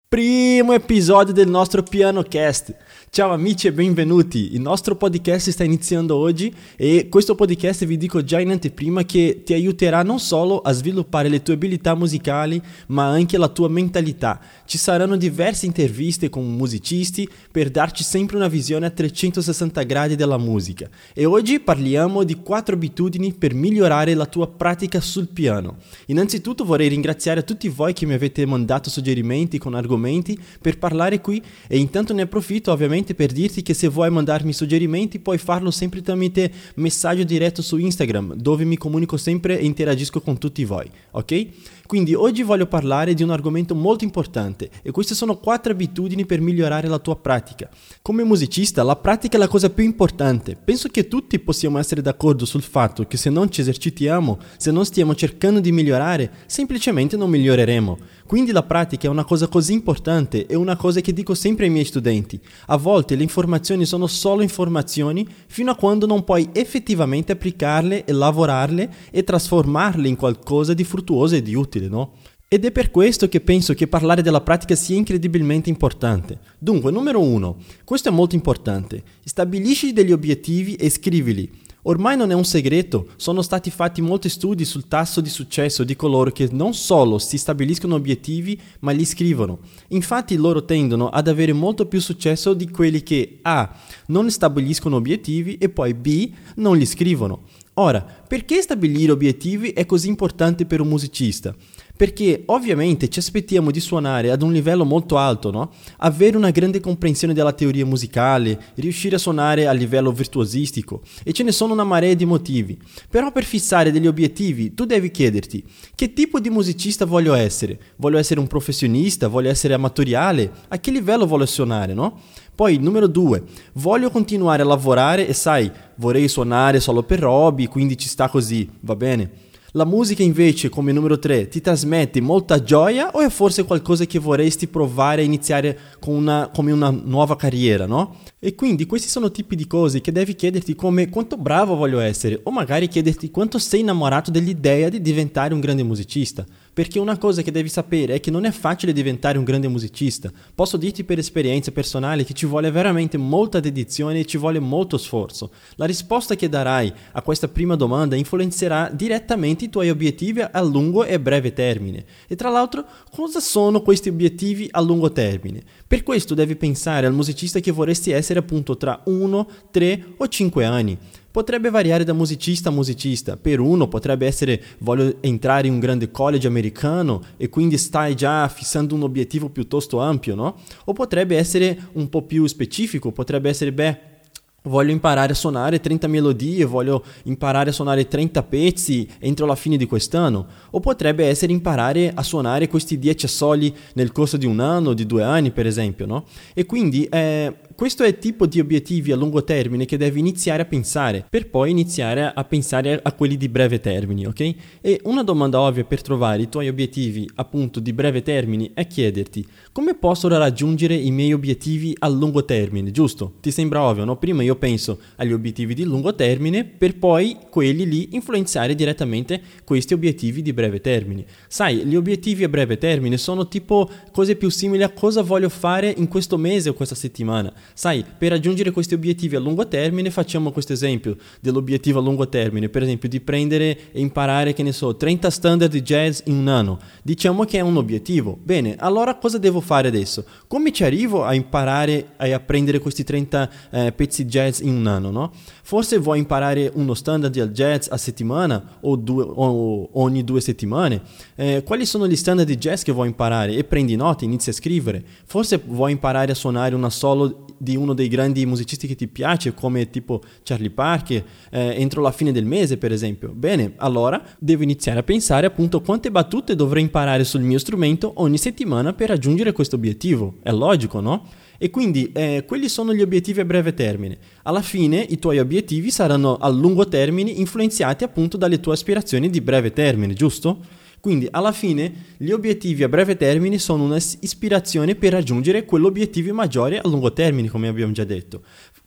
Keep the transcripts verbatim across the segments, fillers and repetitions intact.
Primo episodio del nostro PianoCast. Ciao amici e benvenuti, il nostro podcast sta iniziando oggi e questo podcast vi dico già in anteprima che ti aiuterà non solo a sviluppare le tue abilità musicali ma anche la tua mentalità. Ci saranno diverse interviste con musicisti per darci sempre una visione a trecentosessanta gradi della musica e oggi parliamo di quattro abitudini per migliorare la tua pratica sul piano. Innanzitutto vorrei ringraziare a tutti voi che mi avete mandato suggerimenti con argomenti per parlare qui e intanto ne approfitto ovviamente per dirti che se vuoi mandarmi suggerimenti puoi farlo sempre tramite messaggio diretto su Instagram, dove mi comunico sempre e interagisco con tutti voi, ok? Quindi oggi voglio parlare di un argomento molto importante e queste sono quattro abitudini per migliorare la tua pratica. Come musicista la pratica è la cosa più importante. Penso che tutti possiamo essere d'accordo sul fatto che se non ci esercitiamo, se non stiamo cercando di migliorare, semplicemente non miglioreremo. Quindi la pratica è una cosa così importante, è una cosa che dico sempre ai miei studenti. A volte le informazioni sono solo informazioni fino a quando non puoi effettivamente applicarle e lavorarle e trasformarle in qualcosa di fruttuoso e di utile, no? Ed è per questo che penso che parlare della pratica sia incredibilmente importante. Dunque, numero uno, questo è molto importante. Stabilisci degli obiettivi e scrivili. Ormai non è un segreto, sono stati fatti molti studi sul tasso di successo di coloro che non solo si stabiliscono obiettivi, ma li scrivono. Infatti loro tendono ad avere molto più successo di quelli che A. non stabiliscono obiettivi e poi B. non li scrivono. Ora, perché stabilire obiettivi è così importante per un musicista? Perché ovviamente ci aspettiamo di suonare ad un livello molto alto, no? Avere una grande comprensione della teoria musicale, riuscire a suonare a livello virtuosistico e ce ne sono una marea di motivi. Però per fissare degli obiettivi tu devi chiederti che tipo di musicista voglio essere? Voglio essere un professionista? Voglio essere amatoriale? A che livello voglio suonare, no? Poi, numero due, voglio continuare a lavorare e sai, vorrei suonare solo per hobby, quindi ci sta così, va bene? La musica invece, come numero tre, ti trasmette molta gioia o è forse qualcosa che vorresti provare a iniziare con una, come una nuova carriera, no? E quindi questi sono tipi di cose che devi chiederti come quanto bravo voglio essere o magari chiederti quanto sei innamorato dell'idea di diventare un grande musicista. Perché una cosa che devi sapere è che non è facile diventare un grande musicista. Posso dirti per esperienza personale che ci vuole veramente molta dedizione e ci vuole molto sforzo. La risposta che darai a questa prima domanda influenzerà direttamente i tuoi obiettivi a lungo e breve termine. E tra l'altro, cosa sono questi obiettivi a lungo termine? Per questo devi pensare al musicista che vorresti essere appunto tra uno, tre o cinque anni. Potrebbe variare da musicista a musicista. Per uno potrebbe essere voglio entrare in un grande college americano e quindi stai già fissando un obiettivo piuttosto ampio, no? O potrebbe essere un po' più specifico, potrebbe essere beh, voglio imparare a suonare trenta melodie, voglio imparare a suonare trenta pezzi entro la fine di quest'anno. O potrebbe essere imparare a suonare questi dieci assoli nel corso di un anno, di due anni per esempio, no? E quindi eh, questo è il tipo di obiettivi a lungo termine che devi iniziare a pensare, per poi iniziare a pensare a quelli di breve termine, ok? E una domanda ovvia per trovare i tuoi obiettivi appunto di breve termine è chiederti come posso raggiungere i miei obiettivi a lungo termine, giusto? Ti sembra ovvio, no? Prima io penso agli obiettivi di lungo termine per poi quelli lì influenzare direttamente questi obiettivi di breve termine. Sai, gli obiettivi a breve termine sono tipo cose più simili a cosa voglio fare in questo mese o questa settimana. Sai, per raggiungere questi obiettivi a lungo termine facciamo questo esempio dell'obiettivo a lungo termine, per esempio di prendere e imparare, che ne so, trenta standard di jazz in un anno. Diciamo che è un obiettivo. Bene, allora cosa devo fare adesso? Come ci arrivo a imparare e a prendere questi trenta eh, pezzi jazz in un anno, no? Forse vuoi imparare uno standard di jazz a settimana o, due, o ogni due settimane. Eh, quali sono gli standard di jazz che vuoi imparare? E prendi note, inizi a scrivere. Forse vuoi imparare a suonare una solo di uno dei grandi musicisti che ti piace, come tipo Charlie Parker, eh, entro la fine del mese per esempio. Bene, allora devo iniziare a pensare appunto quante battute dovrei imparare sul mio strumento ogni settimana per raggiungere questo obiettivo. È logico, no? E quindi eh, quelli sono gli obiettivi a breve termine. Alla fine i tuoi obiettivi saranno a lungo termine influenzati appunto dalle tue aspirazioni di breve termine, giusto? Quindi alla fine gli obiettivi a breve termine sono una ispirazione per raggiungere quell'obiettivo maggiore a lungo termine, come abbiamo già detto.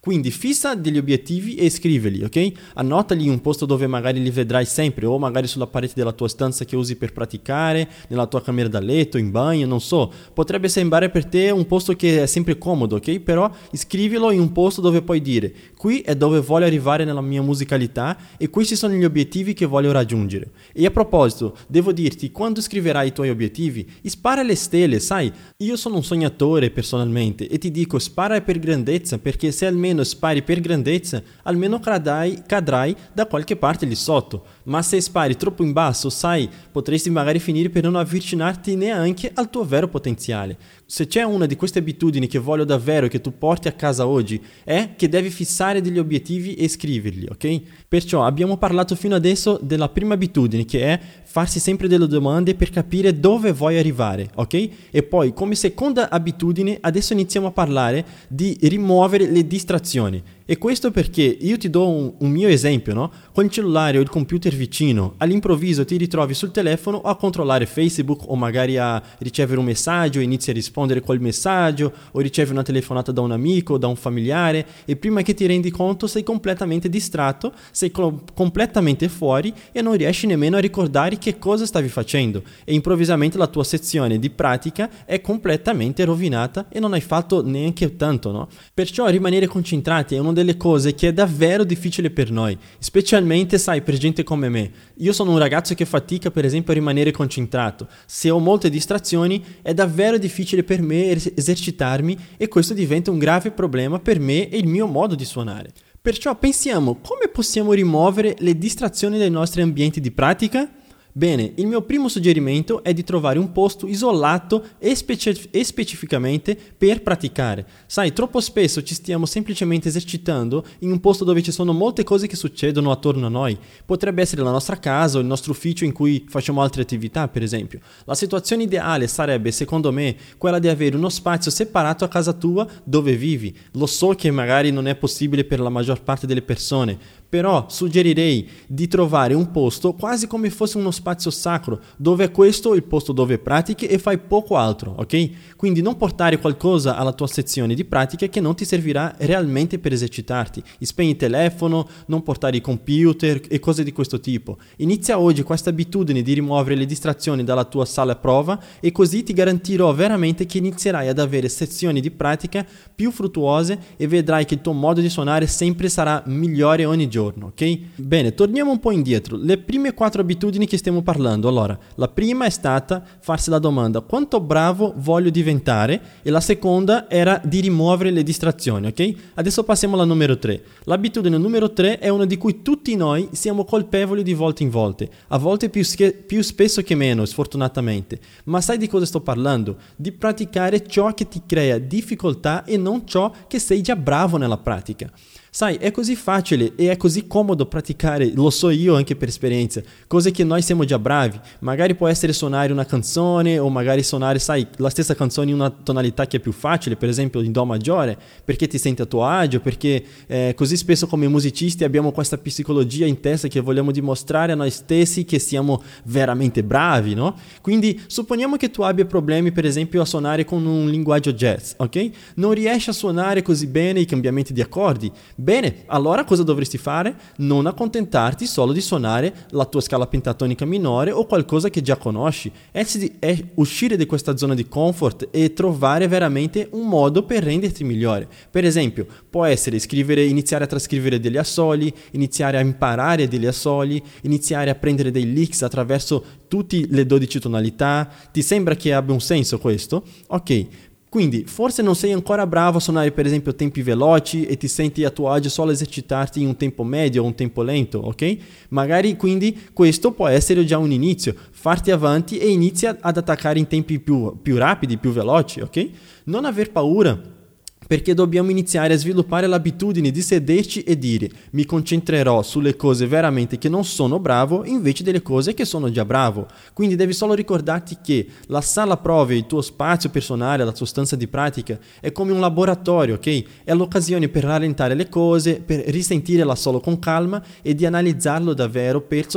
Quindi fissa degli obiettivi e scrivili, ok? Annotali in un posto dove magari li vedrai sempre, o magari sulla parete della tua stanza che usi per praticare, nella tua camera da letto, in bagno, non so. Potrebbe sembrare per te un posto che è sempre comodo, ok? Però scrivilo in un posto dove puoi dire: qui è dove voglio arrivare nella mia musicalità e questi sono gli obiettivi che voglio raggiungere. E a proposito, devo dirti, quando scriverai i tuoi obiettivi, spara le stelle, sai? Io sono un sognatore personalmente e ti dico spara per grandezza, perché se almeno spari per grandezza, almeno cadrai, cadrai da qualche parte lì sotto. Ma se spari troppo in basso, sai, potresti magari finire per non avvicinarti neanche al tuo vero potenziale. Se c'è una di queste abitudini che voglio davvero che tu porti a casa oggi, è che devi fissare degli obiettivi e scriverli, ok? Perciò abbiamo parlato fino adesso della prima abitudine, che è farsi sempre delle domande per capire dove vuoi arrivare, ok? E poi, come seconda abitudine, adesso iniziamo a parlare di rimuovere le distrazioni. E questo perché io ti do un, un mio esempio, no? Con il cellulare o il computer vicino, all'improvviso ti ritrovi sul telefono a controllare Facebook o magari a ricevere un messaggio, inizi a rispondere quel messaggio o ricevi una telefonata da un amico, da un familiare e prima che ti rendi conto sei completamente distratto, sei co- completamente fuori e non riesci nemmeno a ricordare che cosa stavi facendo e improvvisamente la tua sezione di pratica è completamente rovinata e non hai fatto neanche tanto, no? Perciò rimanere concentrati è uno delle cose che è davvero difficile per noi, specialmente sai per gente come me. Io sono un ragazzo che fatica per esempio a rimanere concentrato. Se ho molte distrazioni è davvero difficile per me es- esercitarmi e questo diventa un grave problema per me e il mio modo di suonare. Perciò pensiamo come possiamo rimuovere le distrazioni dai nostri ambienti di pratica? Bene, il mio primo suggerimento è di trovare un posto isolato e, speci- e specificamente per praticare. Sai, troppo spesso ci stiamo semplicemente esercitando in un posto dove ci sono molte cose che succedono attorno a noi. Potrebbe essere la nostra casa o il nostro ufficio in cui facciamo altre attività, per esempio. La situazione ideale sarebbe, secondo me, quella di avere uno spazio separato a casa tua dove vivi. Lo so che magari non è possibile per la maggior parte delle persone, però suggerirei di trovare un posto quasi come fosse uno spazio sacro, dove è questo il posto dove pratichi e fai poco altro, ok? Quindi non portare qualcosa alla tua sezione di pratica che non ti servirà realmente per esercitarti. Spegni il telefono, non portare i computer e cose di questo tipo. Inizia oggi questa abitudine di rimuovere le distrazioni dalla tua sala prova e così ti garantirò veramente che inizierai ad avere sezioni di pratica più fruttuose e vedrai che il tuo modo di suonare sempre sarà migliore ogni giorno. Ok? Bene, torniamo un po' indietro. Le prime quattro abitudini che stiamo parlando. Allora, la prima è stata farsi la domanda: quanto bravo voglio diventare? E la seconda era di rimuovere le distrazioni, ok? Adesso passiamo alla numero tre. L'abitudine numero tre è una di cui tutti noi siamo colpevoli di volta in volta, a volte più, sch- più spesso che meno, sfortunatamente. Ma sai di cosa sto parlando? Di praticare ciò che ti crea difficoltà e non ciò che sei già bravo nella pratica. Sai, è così facile e è così comodo praticare, lo so io anche per esperienza, cose che noi siamo già bravi. Magari può essere suonare una canzone o magari suonare, sai, la stessa canzone in una tonalità che è più facile, per esempio in Do maggiore, perché ti senti a tuo agio, perché eh, così spesso come musicisti abbiamo questa psicologia in testa che vogliamo dimostrare a noi stessi che siamo veramente bravi, no? Quindi supponiamo che tu abbia problemi per esempio a suonare con un linguaggio jazz, ok? Non riesci a suonare così bene i cambiamenti di accordi. Bene, allora cosa dovresti fare? Non accontentarti solo di suonare la tua scala pentatonica minore o qualcosa che già conosci. È, è uscire di questa zona di comfort e trovare veramente un modo per renderti migliore. Per esempio, può essere scrivere, iniziare a trascrivere degli assoli, iniziare a imparare degli assoli, iniziare a prendere dei licks attraverso tutte le dodici tonalità. Ti sembra che abbia un senso questo? Ok. Quindi forse non sei ancora bravo a suonare per esempio tempi veloci e ti senti a tuo agio solo a esercitarti in un tempo medio o un tempo lento, ok? Magari quindi questo può essere già un inizio, farti avanti e inizia ad attaccare in tempi più, più rapidi, più veloci, ok? Non aver paura, perché dobbiamo iniziare a sviluppare l'abitudine di sederci e dire: mi concentrerò sulle cose veramente che non sono bravo invece delle cose che sono già bravo. Quindi devi solo ricordarti che la sala prove, il tuo spazio personale, la tua stanza di pratica è come un laboratorio, ok? È l'occasione per rallentare le cose, per risentire l'assolo con calma e di analizzarlo davvero pezzo per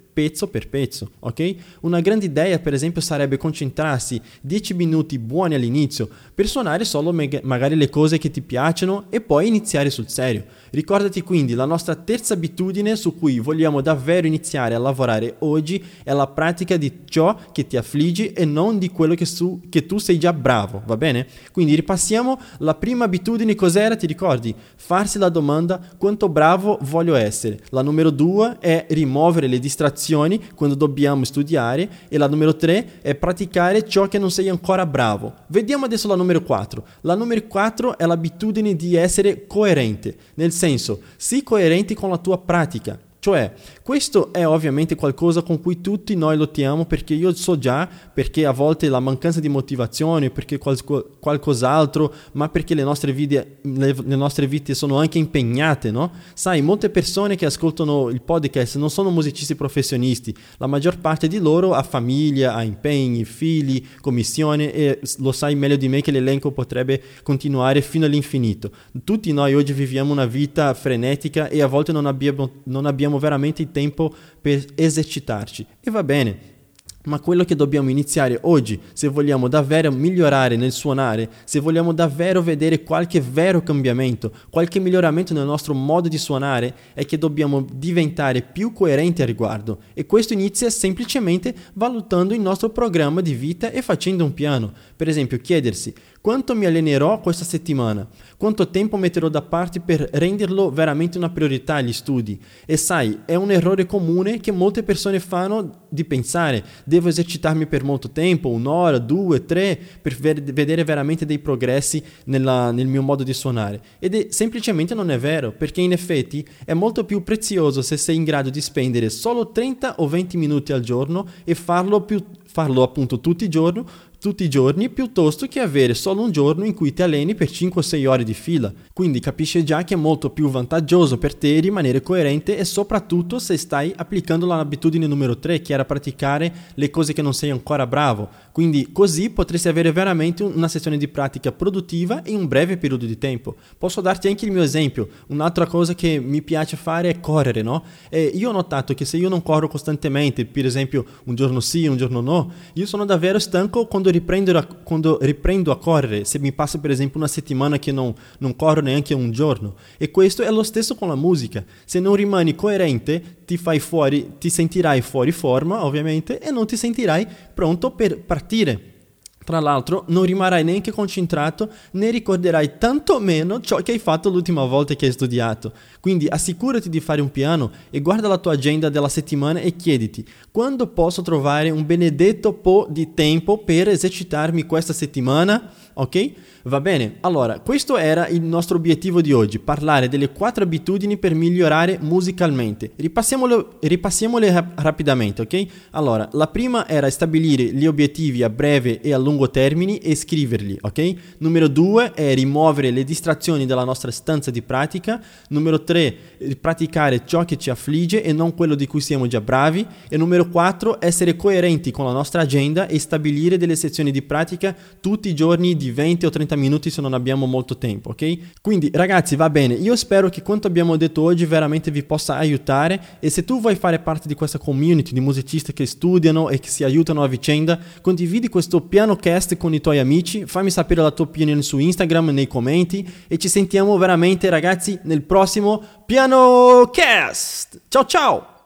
pezzo per pezzo, ok? Una grande idea, per esempio, sarebbe concentrarsi dieci minuti buoni all'inizio per suonare solo me- magari le cose che ti piacciono e poi iniziare sul serio. Ricordati quindi, la nostra terza abitudine su cui vogliamo davvero iniziare a lavorare oggi è la pratica di ciò che ti affligge e non di quello che, su- che tu sei già bravo, va bene? Quindi ripassiamo. La prima abitudine cos'era, ti ricordi? Farsi la domanda: quanto bravo voglio essere? La numero due è rimuovere le distrazioni quando dobbiamo studiare e la numero tre è praticare ciò che non sei ancora bravo. Vediamo adesso la numero quattro. La numero quattro è l'abitudine di essere coerente, nel senso, sii coerente con la tua pratica. Cioè, questo è ovviamente qualcosa con cui tutti noi lottiamo, perché io so già, perché a volte la mancanza di motivazione, perché qualco, qualcos'altro, ma perché le nostre vite, le, le nostre vite sono anche impegnate, no? Sai, molte persone che ascoltano il podcast non sono musicisti professionisti, la maggior parte di loro ha famiglia, ha impegni, figli, commissione, e lo sai meglio di me che l'elenco potrebbe continuare fino all'infinito. Tutti noi oggi viviamo una vita frenetica e a volte non abbiamo, non abbiamo veramente il tempo per esercitarci, e va bene, ma quello che dobbiamo iniziare oggi, se vogliamo davvero migliorare nel suonare, se vogliamo davvero vedere qualche vero cambiamento, qualche miglioramento nel nostro modo di suonare, è che dobbiamo diventare più coerenti a riguardo, e questo inizia semplicemente valutando il nostro programma di vita e facendo un piano. Per esempio, chiedersi: quanto mi allenerò questa settimana? Quanto tempo metterò da parte per renderlo veramente una priorità gli studi? E sai, è un errore comune che molte persone fanno di pensare: devo esercitarmi per molto tempo, un'ora, due, tre, per ver- vedere veramente dei progressi nella, nel mio modo di suonare. Ed è semplicemente non è vero, perché in effetti è molto più prezioso se sei in grado di spendere solo trenta o venti minuti al giorno e farlo, più, farlo appunto tutti i giorni, tutti i giorni, piuttosto che avere solo un giorno in cui ti alleni per cinque o sei ore di fila. Quindi capisci già che è molto più vantaggioso per te rimanere coerente, e soprattutto se stai applicando l'abitudine numero tre, che era praticare le cose che non sei ancora bravo. Quindi così potresti avere veramente una sessione di pratica produttiva in un breve periodo di tempo. Posso darti anche il mio esempio. Un'altra cosa che mi piace fare è correre, no? E io ho notato che se io non corro costantemente, per esempio un giorno sì, un giorno no, io sono davvero stanco quando riprendo a, quando riprendo a correre, se mi passa per esempio una settimana che non, non corro neanche un giorno. E questo è lo stesso con la musica. Se non rimani coerente, ti fai fuori, ti sentirai fuori forma ovviamente, e non ti sentirai pronto per partire. Tra l'altro non rimarrai neanche concentrato, né ricorderai tanto meno ciò che hai fatto l'ultima volta che hai studiato. Quindi assicurati di fare un piano e guarda la tua agenda della settimana e chiediti: quando posso trovare un benedetto po' di tempo per esercitarmi questa settimana? Ok? Va bene, allora questo era il nostro obiettivo di oggi, parlare delle quattro abitudini per migliorare musicalmente. Ripassiamole, ripassiamole rap- rapidamente, ok? Allora, la prima era stabilire gli obiettivi a breve e a lungo termine e scriverli, ok? Numero due è rimuovere le distrazioni dalla nostra stanza di pratica. Numero tre, praticare ciò che ci affligge e non quello di cui siamo già bravi. E numero quattro, essere coerenti con la nostra agenda e stabilire delle sezioni di pratica tutti i giorni di venti o trenta minuti se non abbiamo molto tempo, ok? Quindi ragazzi, va bene, io spero che quanto abbiamo detto oggi veramente vi possa aiutare, e se tu vuoi fare parte di questa community di musicisti che studiano e che si aiutano a vicenda, condividi questo piano cast con i tuoi amici, fammi sapere la tua opinione su Instagram nei commenti, e ci sentiamo veramente ragazzi nel prossimo piano cast. Ciao ciao!